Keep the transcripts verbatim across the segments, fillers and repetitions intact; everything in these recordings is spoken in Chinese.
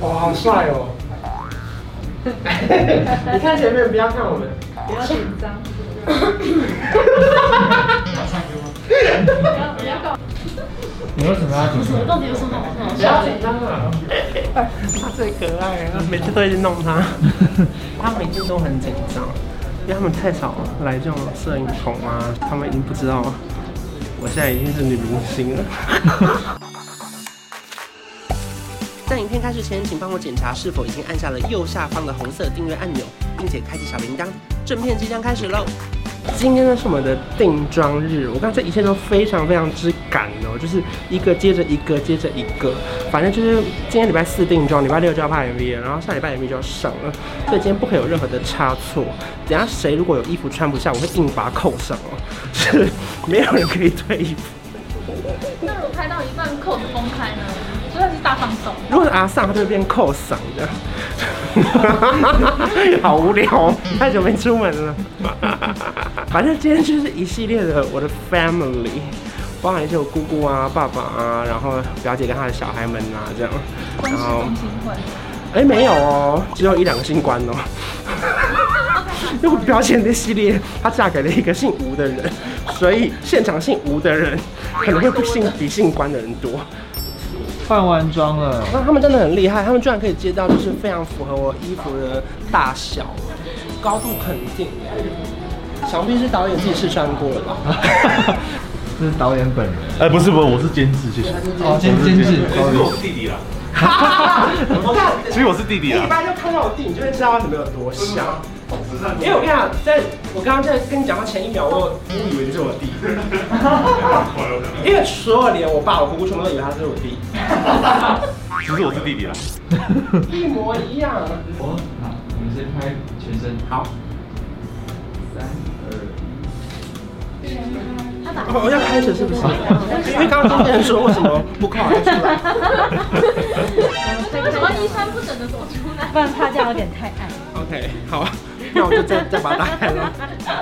哇，好帅哦！你看前面，不要看我们， 不要紧张。不要搞。 你为什么要紧张？ 到底有什么好？ 不要紧张啊！他最可爱了，每次都一直弄他，他们一定都很紧张，因为他们太少来这种摄影棚啊，他们已经不知道我现在已经是女明星了。在影片开始前，请帮我检查是否已经按下了右下方的红色订阅按钮，并且开启小铃铛。正片即将开始喽！今天呢是我们的定妆日，我刚才这一切都非常非常之赶哦，就是一个接着一个接着一个，反正就是今天礼拜四定妆，礼拜六就要拍 M V 了，然后下礼拜 M V 就要上了，所以今天不可以有任何的差错。等下谁如果有衣服穿不下，我会硬把它扣上哦，是没有人可以退衣服。 那如果拍到一半扣子崩开呢？真的是大放送。 如果是阿尚，他就会变扣嗓的。好无聊，太久没出门了。反正今天就是一系列的我的 family， 包含一些我姑姑啊、爸爸啊，然后表姐跟她的小孩们啊，这样。 关系中心会。 哎、欸，没有哦，只有一两个姓关哦。因为我表姐的系列，她嫁给了一个姓吴的人，所以现场姓吴的人可能会不姓比姓关的人多。 换完妆了， 那他们真的很厉害，他们居然可以接到就是非常符合我衣服的大小、高度肯定。想必是导演自己试穿过的。 这是导演本人。 哎，不是不是，我是监制，谢谢。 哦，监监制， 其实我是弟弟啦。其实我是弟弟啦。 你一般就看到我弟，你就会知道他怎么有多像。因为我跟你讲，在我刚刚在跟你讲话前一秒，我误以为你是我弟。因为所有连我爸、我姑姑全部都以为他是我弟。 其实我是弟弟啦。 一模一样。 哦，好，我们先拍全身。 好。 三二一。 我要开始是不是？因为刚刚经纪人说为什么不靠出来？ 为什么衣衫不整的走出来？ 不然怕这样有点太暗。 OK， 好，那我就再再把它打开了。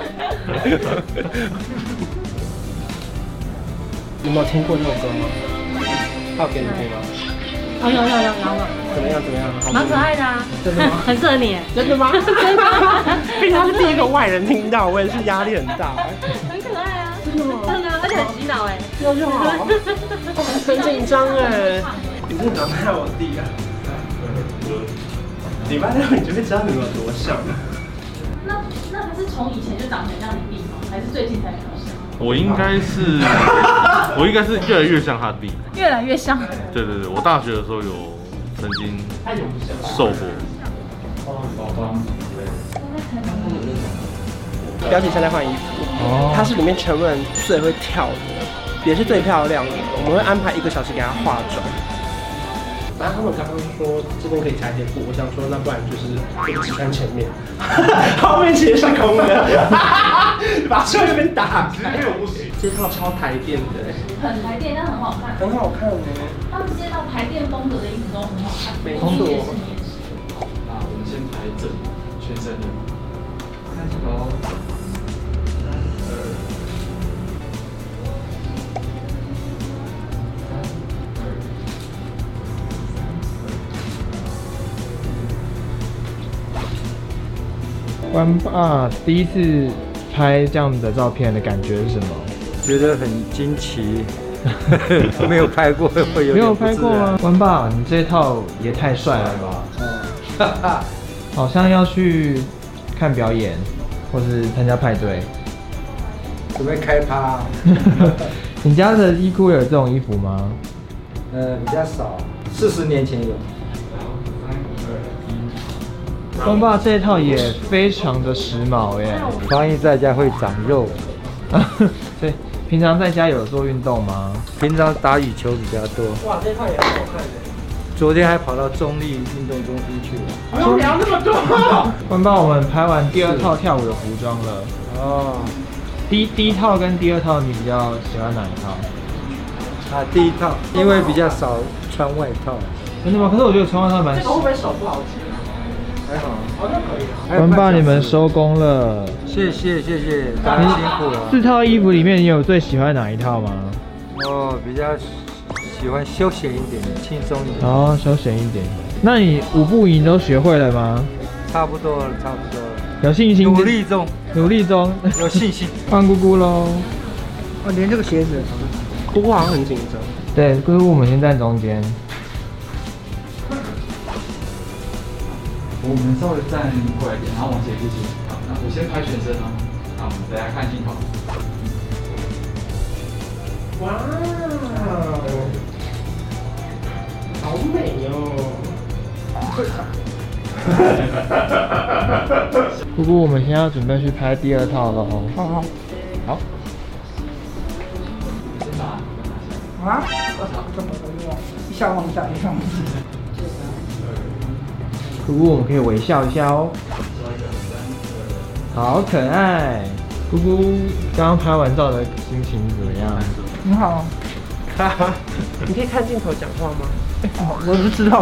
你有没有听过这首歌吗？他有给你听吗？ 哦，有有有有有。 怎么样？怎么样？ 蛮可爱的啊。 真的吗？ 很适合你。 真的吗？真的。毕竟他是第一个外人听到，我也是压力很大。 很可爱啊。 真的吗？ 真的，而且很洗脑哎。 那就好。很紧张哎。你真的长得像我弟啊。礼拜六你就会知道你们有多像。 那那他是从以前就长得很像你弟吗？还是最近才比较像？ 我应该是，我应该是越来越像他弟。 越来越像。 对对对，我大学的时候有曾经瘦过。 表姐现在换衣服，哦，她是里面全部人最会跳的，也是最漂亮的。我们会安排一个小时给她化妆。反正他们刚刚说这边可以加一些布，我想说那不然就是这个只看前面，后面其实是空的，把这边打开。没有不行，这套超台电的， 很台电，但很好看， 很好看哦。 他们接到台电风格的衣服都很好看， 没错。 那我们先排整全身的，开始喽。关爸第一次拍这样的照片的感觉是什么？ 觉得很惊奇，没有拍过，会有没有拍过吗？关爸，你这套也太帅了吧！嗯，好像要去看表演，或是参加派对， 准备开趴。 你家的衣柜有这种衣服吗？ 呃，比较少，四十年前有。 关爸这一套也非常的时髦耶， 防疫在家会长肉， 所以平常在家有做运动吗？ 平常打羽球比较多。 哇，这套也很好看的。 昨天还跑到中立运动中心去了。 不用聊那么多。 关爸，我们拍完第二套跳舞的服装了。 哦。 第第一套跟第二套，你比较喜欢哪一套？ 啊，第一套，因为比较少穿外套。 真的吗？可是我觉得穿外套蛮…… 这个会不会手不好举？还好，好像可以。 关爸，你们收工了， 谢谢谢谢，大家辛苦了。 四套衣服里面，你有最喜欢哪一套吗？ 哦，比较喜欢休闲一点，轻松一点。 哦，休闲一点。 那你舞步仪都学会了吗？ 差不多了，差不多了。 有信心？ 努力中， 努力中， 有信心。 换姑姑喽。 哦，连这个鞋子， 姑姑好像很紧张。 对，姑姑我们先站中间。 我们稍微站过来一点，然后往前一些。好，那我先拍全身哦。好，我们等下看镜头。 哇，好美哦！ 姑姑，我们现在要准备去拍第二套了哦。 好好。 好。 啊？这么多用，一下忘带，一下忘带。 姑姑，我们可以微笑一下哦。好可爱。姑姑刚刚拍完照的心情怎么样？ 很好。 哈哈，你可以看镜头讲话吗？ 哦，我不知道。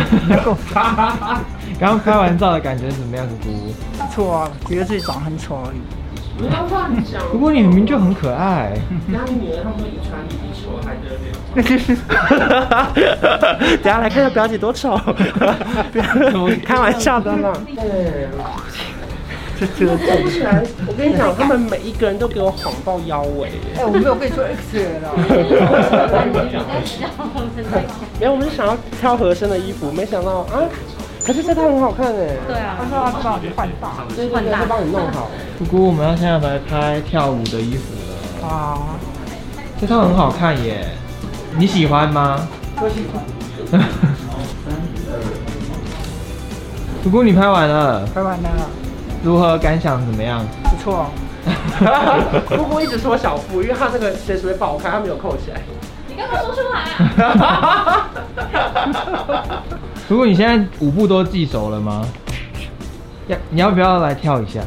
刚刚拍完照的感觉怎么样，姑姑？ 不错啊，觉得自己长很丑而已。 不要乱讲。 不过你明明就很可爱。 然后你女儿他们都遗传你比丑还得了？等下来看下表姐多丑。开玩笑的啦。对。这这这不起来！我跟你讲，他们每一个人都给我谎报腰围。 哎，我没有跟你说 X 人啊。 没有，我们是想要挑合身的衣服，没想到啊，可是这套很好看哎。 对啊， 他说他帮你换大， 对对对，他帮你弄好。 姑姑，我们要现在来拍跳舞的衣服了。 啊， 这套很好看耶，你喜欢吗？ 我喜欢。 姑姑，你拍完了？ 拍完了。 如何感想怎么样？ 不错。 姑姑一直说小腹，因为她那个随时会爆开，她没有扣起来。 你干嘛说出来啊？ 如果你现在舞步都记熟了吗？要你要不要来跳一下？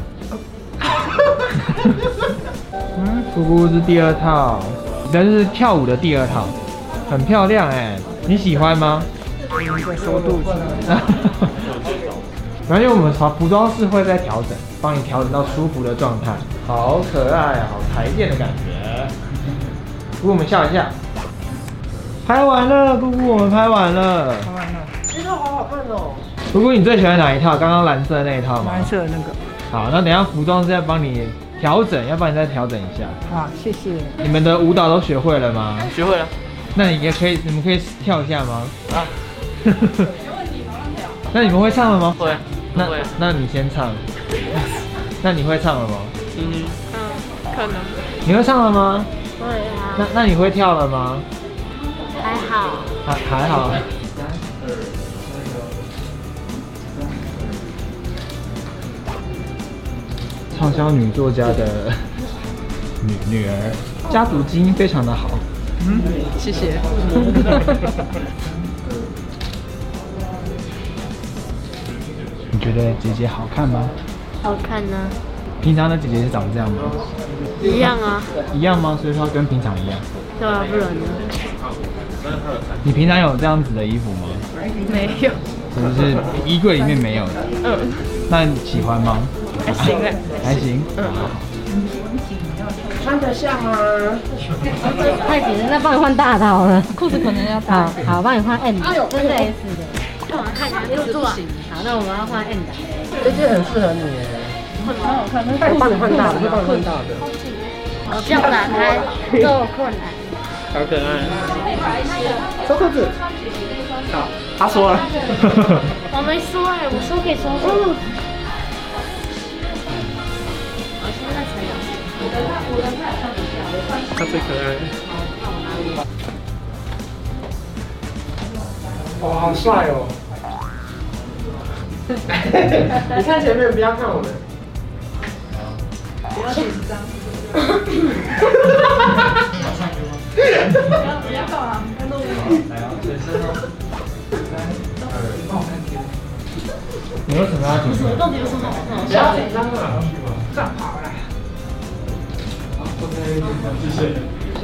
嗯，姑姑是第二套，这是跳舞的第二套，很漂亮哎，你喜欢吗？ 在收肚子。 然后因为我们服装室会在调整，帮你调整到舒服的状态。好可爱，好台电的感觉。姑姑，我们笑一下。拍完了，姑姑，我们拍完了。 拍完了。 这套好好看哦。 姑姑，你最喜欢哪一套？刚刚蓝色的那一套吗？ 蓝色的那个。 好，那等一下服装是在帮你调整，要帮你再调整一下。 好，谢谢。 你们的舞蹈都学会了吗？ 学会了。 那你也可以，你们可以跳一下吗？ 啊。 没问题，马上跳。 那你们会唱了吗？ 会。 那那你先唱。那你会唱了吗？ 嗯嗯，可能。 你会唱了吗？ 会啊。 那那你会跳了吗？ 还好。 还还好。畅销女作家的女女儿，家族基因非常的好。 嗯，谢谢。 你觉得姐姐好看吗？ 好看呢。 平常的姐姐是长这样吗？ 一样啊。 一样吗？所以说跟平常一样。 对啊，不然呢？ 你平常有这样子的衣服吗？ 没有。 就是衣柜里面没有的。 嗯。 那你喜欢吗？ 还行哎。 还行。嗯。 穿得像吗？ 太紧了，那帮你换大套了。裤子可能要大。好，好，帮你换 M 的，这是 S 的。那我们看一下肚子不行。好，那我们要换 M 的。 这件很适合你耶。很好看，我帮你换大的，会帮你换大的。 好像打开够困难。 好可爱。收裤子。好，他说了。 我没说哎，我说可以收。嗯。我现在才有。 他最可爱。哇，好帅哦！你看前面，不要看我们。不要紧张。 不要干嘛？看动物。 来啊，全身哦。帮我看天。 你为什么要紧张？ 到底有什么好？ 不要紧张啊！ 站好了。 谢谢。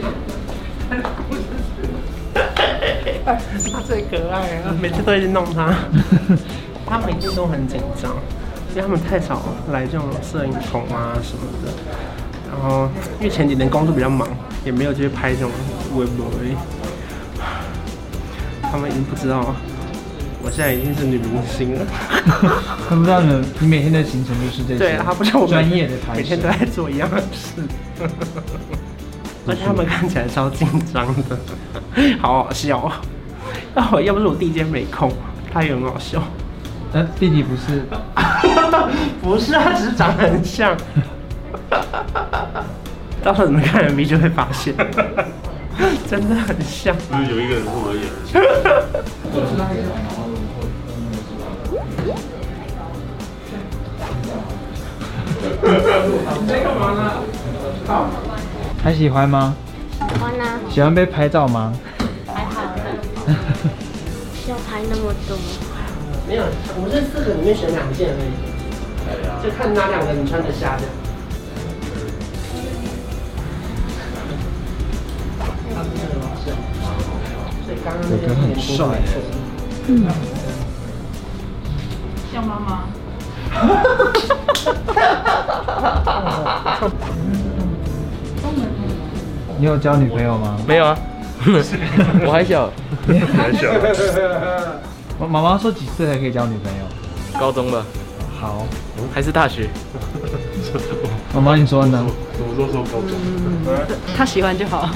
他最可爱了，每次都一直弄他。他们一定都很紧张，因为他们太少来这种摄影棚啊什么的。然后因为前几年工作比较忙，也没有去拍这种微博。他们已经不知道我现在已经是女明星了。 他不知道你你每天的行程就是这些， 对，他不知道我专业的拍摄， 每天都在做一样的事。而且他们看起来超紧张的，好好笑哦。要我要不是我弟今天没空，他也很好笑。 呃，弟弟不是， 不是，他只是长得很像。到时候你们看 M V 就会发现，真的很像。 就是有一个人是我演你在干嘛呢？好， 还喜欢吗？ 喜欢啊， 喜欢被拍照吗？ 还好啦。要拍那么多？ 没有，我们这四个里面选两件而已，就看哪两个你穿得下这样。所以刚刚那件很帅， 嗯，像妈妈。 你有交女朋友吗？ 没有啊，我还小， 还小。 妈妈说几岁才可以交女朋友？ 高中吧。 好， 还是大学？ 妈妈你说呢？ 什么时候说高中？ 他喜欢就好。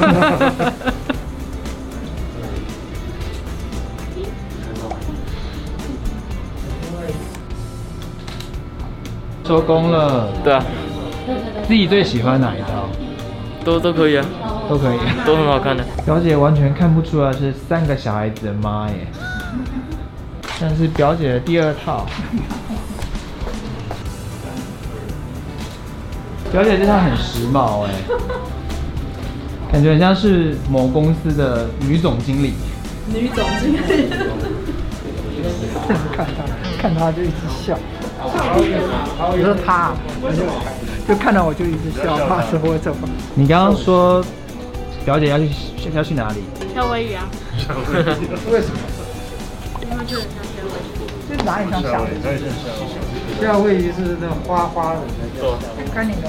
收工了。 对啊， 自己最喜欢哪一套？ 都都可以啊， 都可以， 都很好看的。 表姐完全看不出来是三个小孩子的妈耶，但是表姐的第二套，表姐这套很时髦哎，感觉很像是某公司的女总经理。 女总经理。 看他，看他就一直笑。你说他，我就就看到我就一直笑，怕是我怎么？ 你刚刚说表姐要去要去哪里？ 夏威夷啊。 为什么？ 因为就很像夏威夷。 这哪里像夏威夷？夏威夷是那花花的那个。看你的。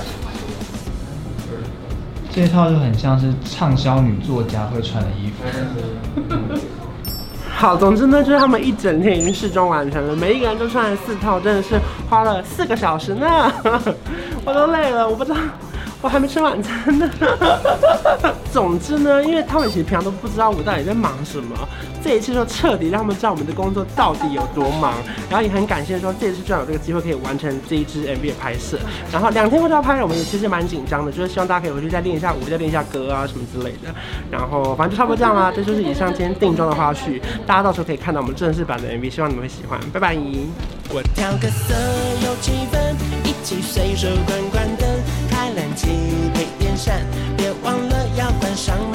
这套就很像是畅销女作家会穿的衣服。 好，总之呢，就是他们一整天已经试妆完成了，每一个人都穿了四套，真的是花了四个小时呢，我都累了，我不知道。我还没吃晚餐呢。总之呢，因为他们其实平常都不知道我到底在忙什么，这一次就彻底让他们知道我们的工作到底有多忙。然后也很感谢说这一次居然有这个机会可以完成这一支 M V 的拍摄。然后两天后就要拍了，我们也其实蛮紧张的，就是希望大家可以回去再练一下舞，再练一下歌啊什么之类的。然后反正就差不多这样啦，这就是以上今天定妆的花絮，大家到时候可以看到我们正式版的 M V， 希望你们会喜欢。拜拜。 我调个色有气氛，一起随手关关灯，开冷气配电扇，别忘了要关上门。